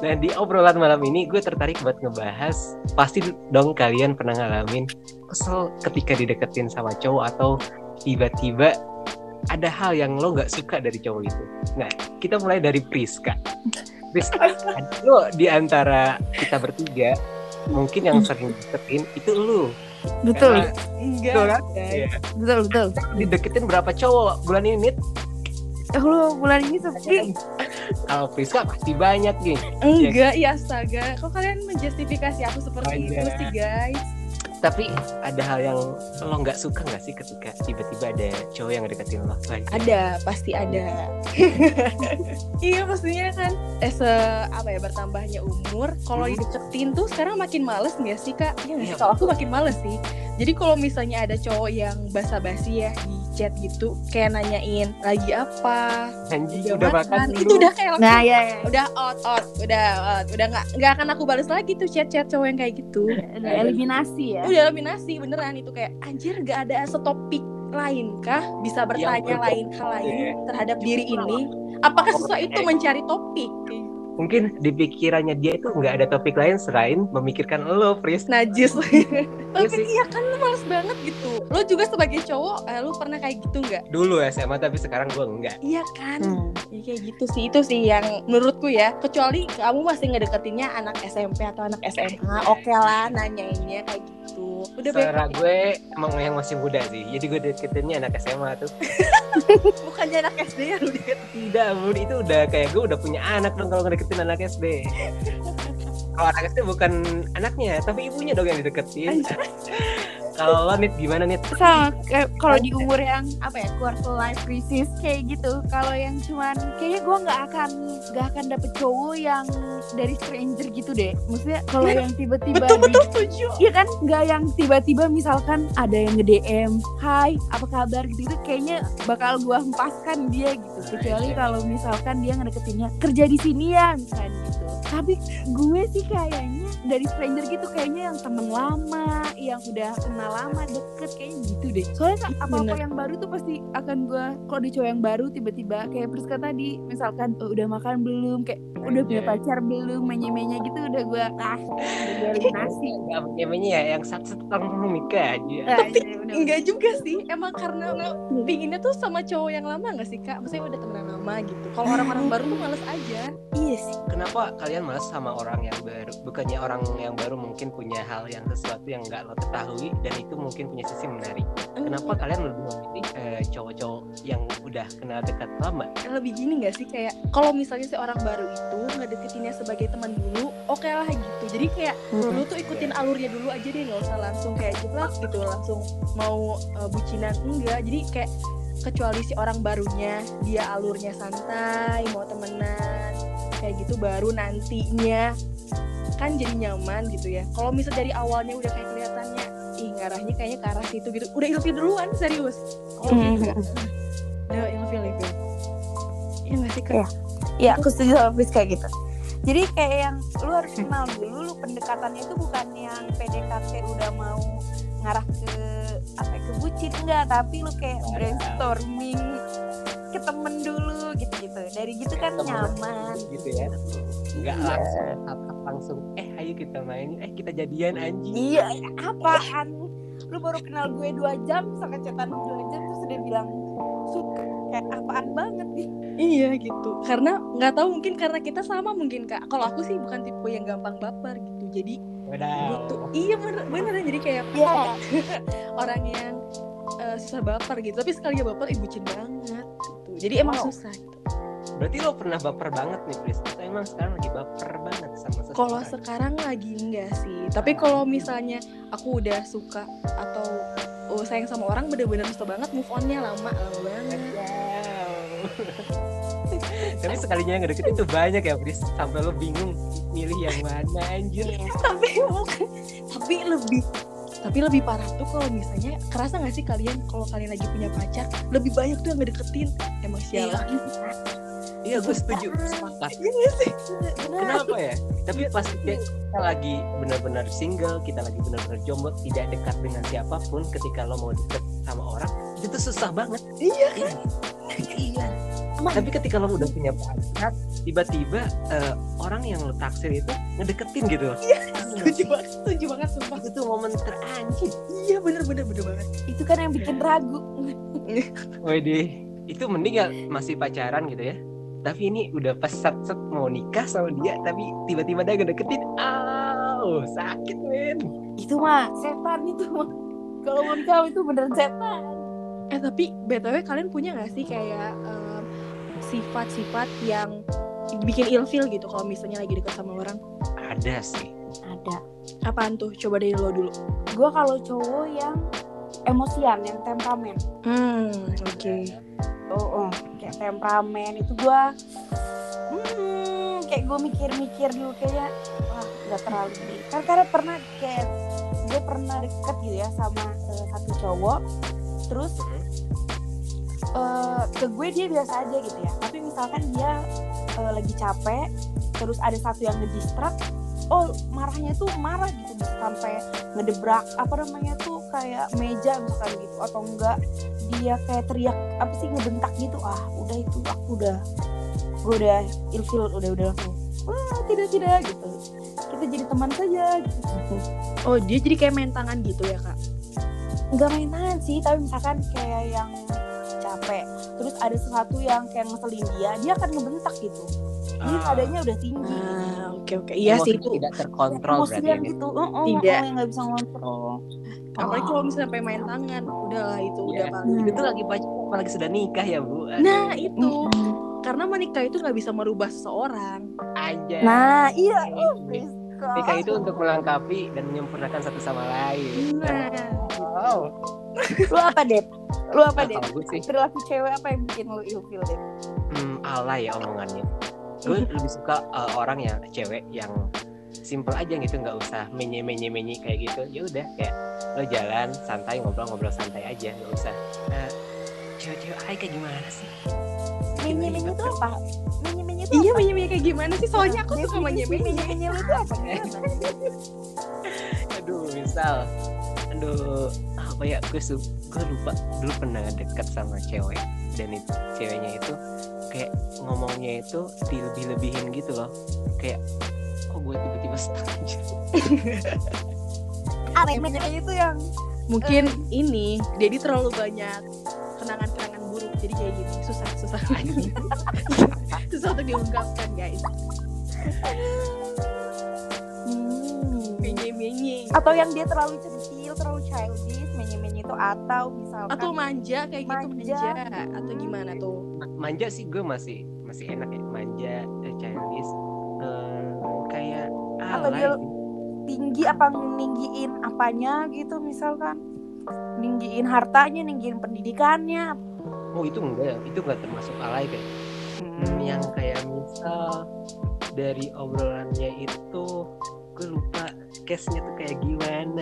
Nah di obrolan malam ini gue tertarik buat ngebahas, pasti dong kalian pernah ngalamin kesel ketika dideketin sama cowok atau tiba-tiba ada hal yang lo nggak suka dari cowok itu. Nah kita mulai dari Priska. Priska, lo di antara kita bertiga mungkin yang sering deketin itu lo. Betul. Enggak. Ya. Betul. Dideketin berapa cowok bulan ini, Nit? Lu bulan ini sepi. Kalau Priska pasti banyak nih. Enggak, ya astaga. Kok kalian menjustifikasi aku seperti itu sih, guys? Tapi ada hal yang lo nggak suka nggak sih ketika tiba-tiba ada cowok yang deketin lo? Ada, pasti ada. Iya, maksudnya kan bertambahnya umur, kalau dideketin tuh sekarang makin males nggak sih, Kak? Iya nggak sih? Kalau aku makin males sih. Jadi kalau misalnya ada cowok yang basa-basi ya di chat gitu, kayak nanyain lagi apa, anjing udah makan itu udah kayak langsung, Nah ya. udah out, udah nggak akan aku balas lagi tuh chat cowok yang kayak gitu. Udah eliminasi ya. Udah eliminasi beneran itu, kayak anjir gak ada setopik lain kah bisa bertanya hal lain terhadap diri ini? Apakah susah itu mencari topik? Mungkin di pikirannya dia itu nggak ada topik lain selain memikirkan lo, Pris. Najis. Tapi iya kan, lo males banget gitu. Lo juga sebagai cowok, lo pernah kayak gitu nggak? Dulu SMA, tapi sekarang gue enggak. Iya kan, ya, kayak gitu sih. Itu sih yang menurutku ya. Kecuali kamu masih ngedeketinnya anak SMP atau anak SMA, oke lah nanyainnya kayak gitu. Udah Selera gue emang yang masih muda sih. Jadi gue deketinnya anak SMA tuh. Bukannya anak SD ya lu deket? Tidak, Bud, itu udah kayak gue udah punya anak dong kalau ngedeketin anak SD. Kalau anak SD bukan anaknya, tapi ibunya dong yang dideketin. Kalau lo, Nit, gimana, Nit? Sama kalau di umur yang quarter life crisis kayak gitu. Kalau yang cuman kayaknya gue nggak akan dapet cowok yang dari stranger gitu deh. Maksudnya kalau yang tiba-tiba setuju. Iya kan, nggak yang tiba-tiba misalkan ada yang nge-DM, "Hai, apa kabar?" gitu kayaknya bakal gue hempaskan dia gitu. Kecuali kalau misalkan dia ngedeketinnya kerja di sini ya misalnya gitu. Tapi gue sih kayaknya dari stranger gitu, kayaknya yang temen lama, yang udah kenal lama deket, kayaknya gitu deh. Soalnya apa-apa yang baru tuh pasti akan gue, kalau di cowok yang baru tiba-tiba kayak Priska tadi, misalkan udah makan belum, kayak udah punya pacar belum, menye-menye gitu, udah gue eliminasi. Gak menye-menye ya, yang satu-satu nikah aja. Tapi enggak juga sih, emang karena pinginnya tuh sama cowok yang lama nggak sih, Kak? Maksudnya udah temenan lama gitu. Kalau orang-orang baru tuh males aja. Iya sih. Kenapa kalian malas sama orang yang baru? Bukannya orang yang baru mungkin punya hal yang sesuatu yang nggak lo ketahui dan itu mungkin punya sisi menarik. Kenapa kalian lebih memilih cowok-cowok yang udah kenal dekat lama? Lebih gini nggak sih, kayak kalau misalnya si orang baru itu ngedeketinnya sebagai teman dulu, oke lah gitu. Jadi kayak lu tuh ikutin alurnya dulu aja deh, nggak usah langsung kayak jelas gitu, langsung mau bucinan, enggak. Jadi kayak kecuali si orang barunya dia alurnya santai, mau temenan kayak gitu, baru nantinya kan jadi nyaman gitu ya. Kalau misal dari awalnya udah kayak kelihatannya ngarahnya kayaknya ke arah situ gitu, udah ilfil duluan, serius. Udah ilfil. Ya nggak sih, Kak? Ya aku setuju sama Priska gitu. Jadi kayak yang lu harus kenal dulu, lu pendekatannya itu bukan yang PDKT udah mau ngarah ke bucin, enggak, tapi lu kayak brainstorming ke temen dulu gitu-gitu. Dari gitu kan nyaman gitu ya. Enggak langsung ayo kita main, kita jadian, anjing. Iya, apaan? Lu baru kenal gue 2 jam, misalkan chatan 2 jam terus udah bilang suka, kayak apaan banget nih. Iya gitu. Karena nggak tahu, mungkin karena kita sama mungkin, Kak. Kalau aku sih bukan tipe yang gampang baper gitu. Jadi butuh. Iya bener jadi kayak orang yang susah baper gitu. Tapi sekali baper bucin banget gitu. Jadi emang susah gitu. Berarti lo pernah baper banget nih, Pris? Atau emang sekarang lagi baper banget sama seseorang? Kalau sekarang lagi enggak sih. Tapi kalau misalnya aku udah suka atau sayang sama orang, bener-bener susah banget move on-nya, lama banget. Tapi sekalinya ngedeket itu banyak ya, Pris, sampai lo bingung milih yang mana, anjir. Tapi lebih parah tuh kalau misalnya, kerasa nggak sih kalian kalau kalian lagi punya pacar lebih banyak tuh yang ngedeketin? Emang sialan. Iya, gue setuju, sepakat. Iya sih. Kenapa ya? Tapi pas kita lagi benar-benar single, kita lagi benar-benar jomblo, tidak dekat dengan siapapun, ketika lo mau deket sama orang, itu tuh susah banget. Iya kan? Iya. Tapi ketika lo udah punya pacar, tiba-tiba orang yang lo taksir itu ngedeketin gitu. Setuju banget sumpah. Itu tuh momen teranjing. Iya bener banget. Itu kan yang bikin ragu. Wede, itu mending ya masih pacaran gitu ya. Tapi ini udah pas set mau nikah sama dia, tapi tiba-tiba dia ngedeketin. Sakit men. Itu mah setan itu mah. Kalau mau nikah itu beneran setan. Tapi BTW kalian punya gak sih kayak sifat-sifat yang bikin ilfil gitu kalau misalnya lagi dekat sama orang? Ada sih. Ada. Apaan tuh? Coba dari lo dulu. Gue kalau cowok yang emosian, yang temperamen. Oke. Kayak temperamen itu gue kayak gue mikir-mikir dulu kayaknya wah nggak terlalu deh. Karena pernah kayak gue pernah deket gitu ya sama satu cowok, terus ke gue dia biasa aja gitu ya. Tapi misalkan dia lagi capek, terus ada satu yang ngedistract, marahnya tuh marah gitu, bisa sampai ngedebrak kayak meja misalkan gitu, atau enggak dia kayak teriak ngebentak gitu. Udah itu gue udah ilfil, udah langsung tidak gitu, kita jadi teman saja gitu. Oh, dia jadi kayak main tangan gitu ya kak? Nggak main tangan sih, tapi misalkan kayak yang capek terus ada sesuatu yang kayak ngeselin dia akan ngebentak gitu. Jadi nadanya udah tinggi. Oke. Iya sih itu tidak terkontrol berarti ya gitu. Tidak. Yang nggak bisa ngontrol. Apalagi kalau misalnya sampai main tangan, udahlah itu udah paling. Itu lagi pacaran, apalagi sudah nikah ya bu. Nah itu karena menikah itu nggak bisa merubah seseorang. Aja. Nah iya. Nikah itu untuk melengkapi dan menyempurnakan satu sama lain. Lu apa Det? Kalau gue sih Perilaku cewek apa yang bikin lu ilfil Det? Alay ya omongannya. Gue lebih suka orang yang cewek yang simple aja gitu, nggak usah menye kayak gitu. Ya udah kayak lo jalan santai, ngobrol santai aja, nggak usah cewek-cewek alay kayak gimana sih? Menye itu apa? Iya menye kayak gimana sih? Soalnya aku suka menye lu itu apa? Misal apa ya, gue lupa dulu pernah deket sama cewek, dan itu ceweknya itu kayak ngomongnya itu dilebih-lebihin gitu loh, kayak kok gue tiba-tiba stuck aja. Menye itu yang mungkin ini jadi terlalu banyak kenangan buruk, jadi kayak gini susah susah untuk diungkapkan guys. Menye atau yang dia terlalu centil, terlalu childish, menye itu, atau misalkan atau manja kayak gitu, manja atau gimana tuh? Manja sih gue masih enak ya, manja, childish, kayak atau dia tinggi apa ninggiin apanya gitu, misalkan ninggiin hartanya, ninggiin pendidikannya. Itu enggak, itu enggak termasuk alay kayak. Yang kayak misal dari obrolannya itu gue lupa case-nya tuh kayak gimana.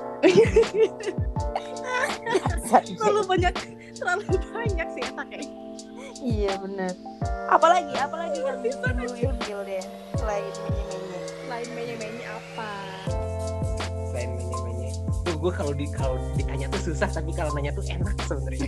terlalu banyak sih etak kayak. Iya benar. Apalagi yang bikin lu ilfil deh selain menye apa? Selain menye. Tuh gue kalau ditanya tuh susah, tapi kalau nanya tuh enak sebenarnya.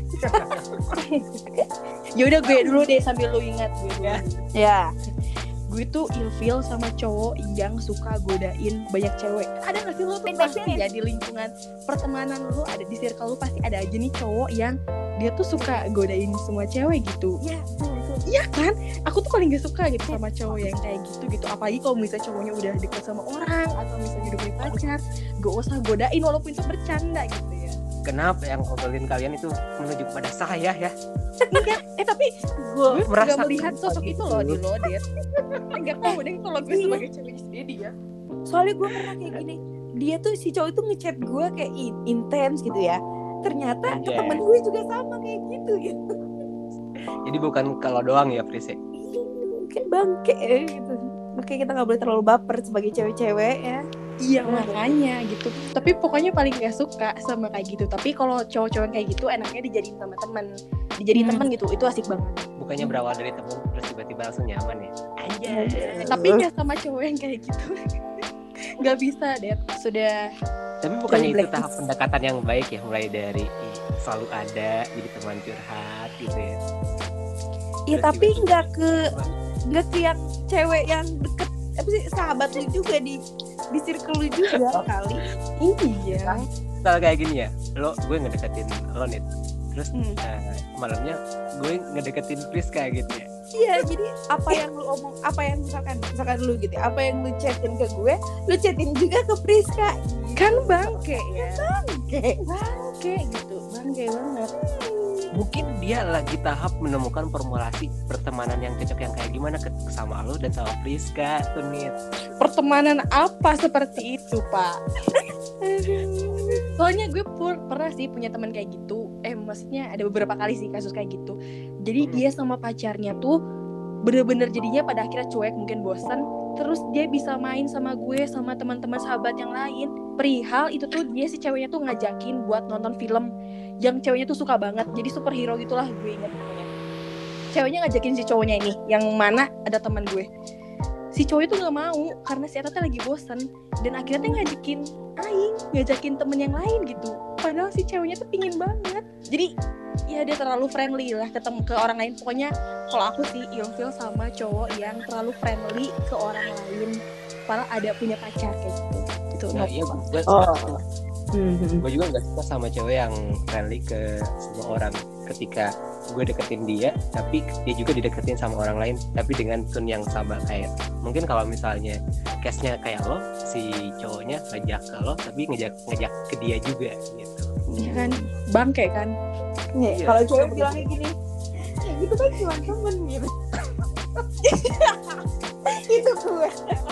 Ya udah gue dulu deh sambil lu ingat gue. Ya. Gue tuh ilfil sama cowok yang suka godain banyak cewek. Ada gak sih lo tuh pasti ya di lingkungan pertemanan lo, ada di circle lo pasti ada aja nih cowok yang dia tuh suka godain semua cewek gitu. Iya kan? Aku tuh paling gak suka gitu sama cowok yang kayak gitu. Apalagi kalau misalnya cowoknya udah deket sama orang atau misalnya udah punya pacar, gak usah godain walaupun itu bercanda gitu ya. Kenapa yang ngobrolin kalian itu menuju kepada saya ya? Enggak, tapi gue merasa gak melihat sosok itu loh di lo, Dit. Enggak tahu deh kalau gue sebagai ceweknya dia. Soalnya gue pernah kayak gini, dia tuh si cowok itu ngechat gue kayak intens gitu ya. Ternyata temen gue juga sama kayak gitu. Jadi bukan kalau doang ya Pris ya? Mungkin bangke gitu. Makanya kita gak boleh terlalu baper sebagai cewek-cewek ya. Iya makanya gitu. Tapi pokoknya paling gak suka sama kayak gitu. Tapi kalau cowok-cowok kayak gitu enaknya dijadiin sama teman. Dijadiin teman gitu, itu asik banget. Bukannya berawal dari teman terus tiba-tiba langsung nyaman ya? Tapi gak sama cowok yang kayak gitu. Gak bisa deh. Sudah. Tapi bukannya itu tahap pendekatan yang baik ya? Mulai dari selalu ada, jadi teman curhat gitu ya? Iya Terus tapi tiba-tiba nggak ke yang cewek yang deket apa sih sahabat lu juga di circle lu juga kali. Iya. misal kayak gini ya, gue ngedeketin lo nih, terus Hmm. malamnya gue ngedeketin Priska gitu ya. Iya, jadi apa yang lu omong, apa yang misalkan lu gitu, apa yang lu chatin ke gue, lu chatin juga ke Priska. Kan bangke ya. Oke. Bangke gitu. Bangke banget. Mungkin dia lagi tahap menemukan formulasi pertemanan yang cocok yang kayak gimana sama lo dan sama Priska tuh nih. Pertemanan apa seperti itu, Pak? Soalnya gue pernah sih punya teman kayak gitu. Maksudnya ada beberapa kali sih kasus kayak gitu. Jadi dia sama pacarnya tuh bener-bener jadinya pada akhirnya cuek, mungkin bosan. Terus dia bisa main sama gue, sama teman-teman sahabat yang lain. Perihal itu tuh dia si ceweknya tuh ngajakin buat nonton film yang ceweknya tuh suka banget. Jadi superhero gitulah, gue ingat namanya. Ceweknya ngajakin si cowoknya ini, yang mana ada teman gue. Si cowok itu gak mau karena si Eta lagi bosan, dan akhirnya tuh ngajakin temen yang lain gitu. Padahal si ceweknya tuh pingin banget. Jadi ya dia terlalu friendly lah ketemu ke orang lain. Pokoknya kalau aku sih ilfeel sama cowok yang terlalu friendly ke orang lain padahal ada punya pacar kayak gitu. Itu Nah, iya gue juga nggak suka sama cewek yang friendly ke semua orang. Ketika gue deketin dia, tapi dia juga dideketin sama orang lain, tapi dengan tone yang sama. Kayak mungkin kalau misalnya case-nya kayak lo, si cowoknya ngajak ke lo, tapi ngajak ke dia juga gitu. Iya kan, bangke kan. Nih, Iya. kalau cewek bilangnya gini, ya gitu kan cuma temen gitu. Itu gue.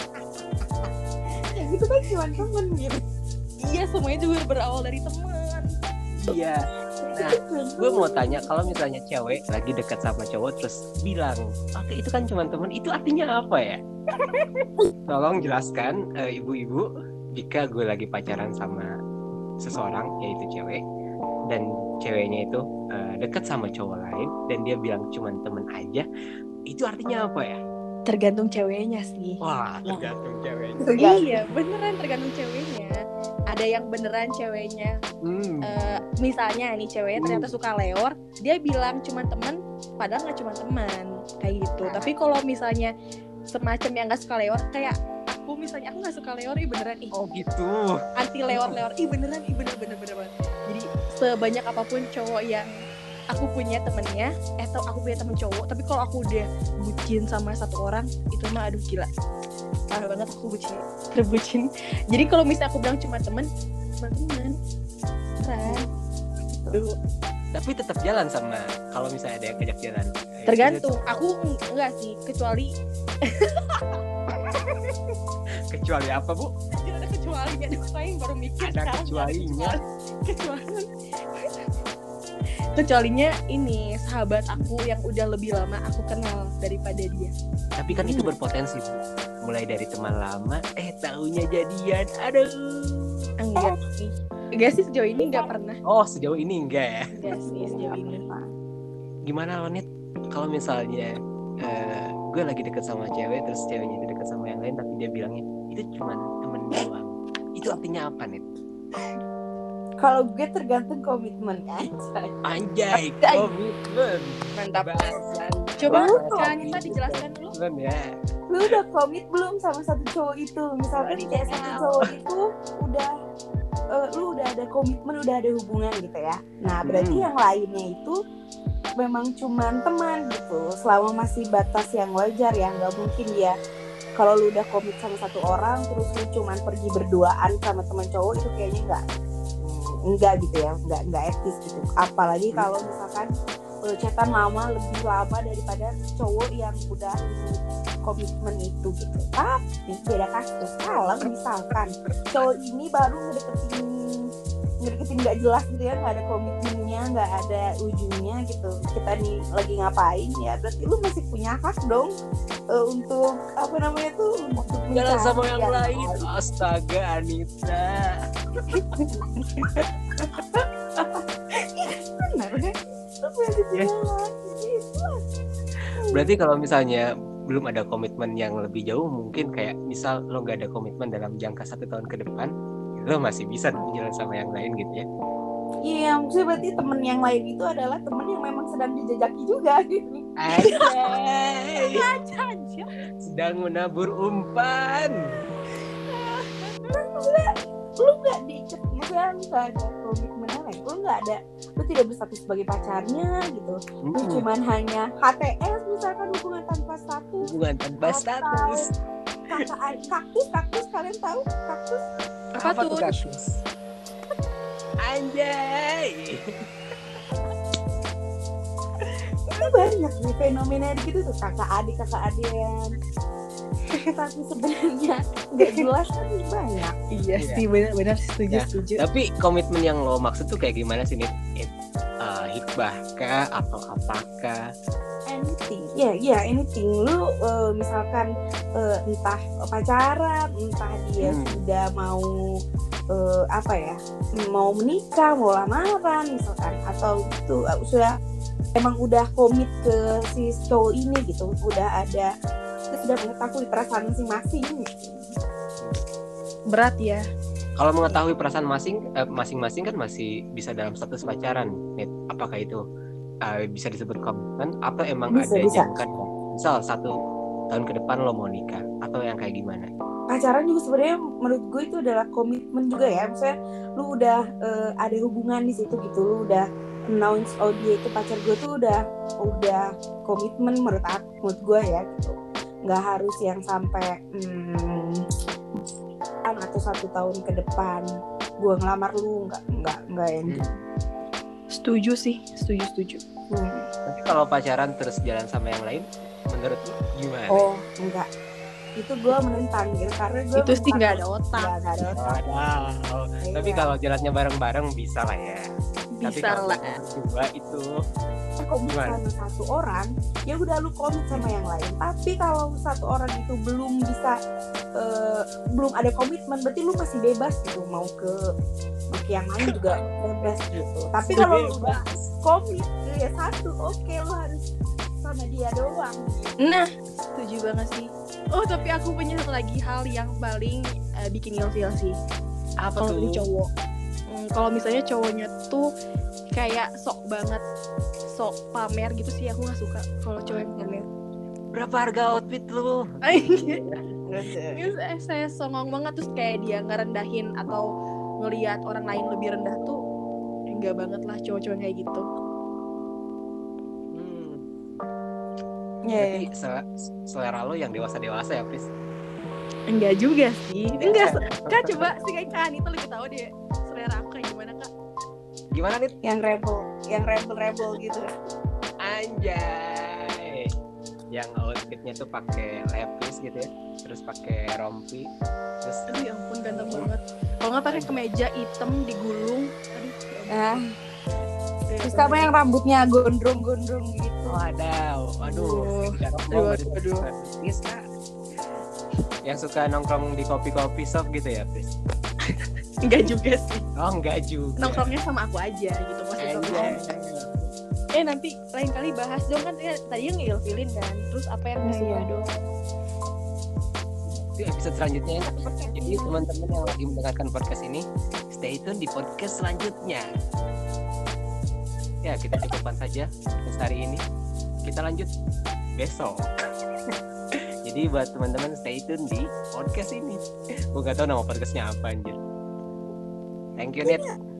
Ya gitu kan cuma temen gitu. Iya, semuanya juga berawal dari teman. Iya. Nah, gue mau tanya, kalau misalnya cewek lagi dekat sama cowok terus bilang, oke itu kan cuma teman, itu artinya apa ya? Tolong jelaskan, ibu-ibu, jika gue lagi pacaran sama seseorang, yaitu cewek, dan ceweknya itu dekat sama cowok lain, dan dia bilang cuma teman aja, itu artinya apa ya? Tergantung ceweknya sih. Wah, tergantung ceweknya. Iya, beneran tergantung ceweknya. Ada yang beneran ceweknya misalnya nih ceweknya ternyata suka leor, dia bilang cuma teman padahal nggak cuma teman kayak gitu. Tapi kalau misalnya semacam yang nggak suka leor, kayak aku misalnya, aku nggak suka leor, beneran Oh gitu. anti leor beneran bener banget. Jadi sebanyak apapun cowok yang aku punya temennya, atau aku punya temen cowok, tapi kalau aku udah bucin sama satu orang, itu mah aduh gila, parah banget, aku terbucin. Jadi kalau misalnya aku bilang cuma temen kan. Tapi tetap jalan sama kalau misalnya ada yang ngajak jalan. Tergantung, aku enggak sih, kecuali Kecuali apa, Bu? ada kecualinya. Aduh, saya baru mikir Ada sekarang. kecualinya. Kecualinya ini sahabat aku yang udah lebih lama aku kenal daripada dia. Tapi kan itu berpotensi, Bu. Mulai dari teman lama, taunya jadian. Aduh. Enggak sih. Enggak sih, sejauh ini enggak pernah. Oh, sejauh ini enggak ya? Enggak sih sejauh ini. Gimana lo, Nit? Kalau misalnya gue lagi deket sama cewek, terus ceweknya itu deket sama yang lain, tapi dia bilangnya itu cuma temen doang. Itu artinya apa, Nit? Kalau gue tergantung komitmen Anjay, Anjay. komitmen. Mantap. Bahasan. Coba Lu Kak Anita dijelaskan dulu. Komitmen ya. Lu udah komit belum sama satu cowok itu? Misalkan kayak satu cowok itu udah lu udah ada komitmen, udah ada hubungan gitu ya. Nah berarti yang lainnya itu memang cuman teman gitu, selama masih batas yang wajar ya. Nggak mungkin dia, kalau lu udah komit sama satu orang terus lu cuman pergi berduaan sama teman cowok, itu kayaknya enggak gitu ya, enggak etis gitu. Apalagi kalau misalkan chatan lama, lebih lama daripada cowok yang udah komitmen itu gitu. Tapi beda kasus kalau misalkan cowok ini baru ngedeketin nggak jelas gitu ya, nggak ada komitmennya, nggak ada ujungnya gitu, kita nih lagi ngapain ya, berarti lu masih punya hak dong untuk apa namanya tuh, untuk Jalan sama yang mencari lain. Astaga, Anita. benar kan? Lu masih punya hak gitu. Berarti kalau misalnya belum ada komitmen yang lebih jauh, mungkin kayak misal lo nggak ada komitmen dalam jangka 1 tahun ke depan, lo masih bisa jalan sama yang lain gitu ya. Iya, maksudnya berarti temen yang lain itu adalah temen yang memang sedang dijajaki juga gitu. Anjay. Aja. Sedang menabur umpan. Lu nggak diikat, maksudnya lu nggak ada komitmen lain, lu tidak berstatus sebagai pacarnya gitu. Lu cuman hanya HTS misalkan, hubungan tanpa status. Hubungan tanpa status. Kaktus, kalian tahu kaktus? Apa tuh kaktus? Anjay. Itu banyak nih fenomena gitu tuh, kakak adian. Tapi sebenarnya nggak jelas kan banyak. Iya sih, benar setuju. Tapi komitmen yang lo maksud tuh kayak gimana sih, Nit? Hikbah kah atau apakah? Anything, anything. Lu misalkan entah pacaran, entah dia sudah mau mau menikah, mau lamaran misalkan, atau itu sudah emang udah komit ke si cowok ini gitu, udah mengetahui perasaan masing-masing. Berat ya. Kalau mengetahui perasaan masing-masing kan masih bisa dalam status pacaran, Nit. Apakah itu bisa disebut komitmen atau emang Bisa. jangka, misal 1 tahun ke depan lo mau nikah, atau yang kayak gimana? Pacaran juga sebenarnya menurut gue itu adalah komitmen juga ya. Misalnya lu udah ada hubungan di situ gitu, lu udah announce, oh dia itu pacar gue tuh udah komitmen menurut gue ya gitu. Nggak harus yang sampai atau 1 tahun ke depan gue ngelamar lu, nggak yang gitu. Setuju sih, setuju. Tapi kalau pacaran terus jalan sama yang lain, menurut lu gimana? Oh enggak, itu gue menentang gitu, karena gue itu sih nggak ada otak. Tapi kalau jalannya bareng-bareng bisa lah ya. Tapi kalau berdua itu kok bukan 1 orang, ya udah lu komit sama yang lain. Tapi kalau 1 orang itu belum bisa belum ada komitmen, berarti lu masih bebas gitu, mau ke yang lain juga bebas gitu. Tapi kalau lu udah komit ya 1, oke, lu harus sama dia doang. Nah, setuju banget sih. Oh, tapi aku punya satu lagi hal yang paling bikin ilfil sih. Apa tuh? Kalau cowok. Kalau misalnya cowoknya tuh kayak sok pamer gitu sih, aku nggak suka kalau cowok yang pamer. Berapa harga outfit lu? Saya songong banget, terus kayak dia ngerendahin atau ngelihat orang lain lebih rendah tuh enggak banget lah cowok-cowok kayak gitu. Jadi selera lo yang dewasa-dewasa ya, Pris? Enggak juga sih. Enggak. Kak, coba sih Kak Anita lebih tahu deh selera aku kayak gimana, Kak. Gimana nih? Yang rebel gitu. Anjay. Yang outfitnya tuh pakai levis gitu ya, terus pakai rompi, terus aduh ya ampun, ganteng banget. Kalau nggak pakai kemeja hitam digulung, terus sama yang rambutnya gondrong gitu. Waduh. Bisa. Yang suka nongkrong di kopi shop gitu ya, Pris? Enggak juga sih. Oh, enggak juga. Nongkrongnya sama aku aja gitu, maksudnya. Nanti lain kali bahas dong, kan tadi yang ngilfilin kan. Terus apa yang nggak suka dong? Itu episode selanjutnya ya. Jadi teman-teman yang lagi mendengarkan podcast ini, stay tune di podcast selanjutnya. Ya, kita cukupkan saja podcast hari ini. Kita lanjut besok. Jadi buat teman-teman stay tune di podcast ini. Gue gak tahu nama podcastnya apa anjir. Thank you, Net.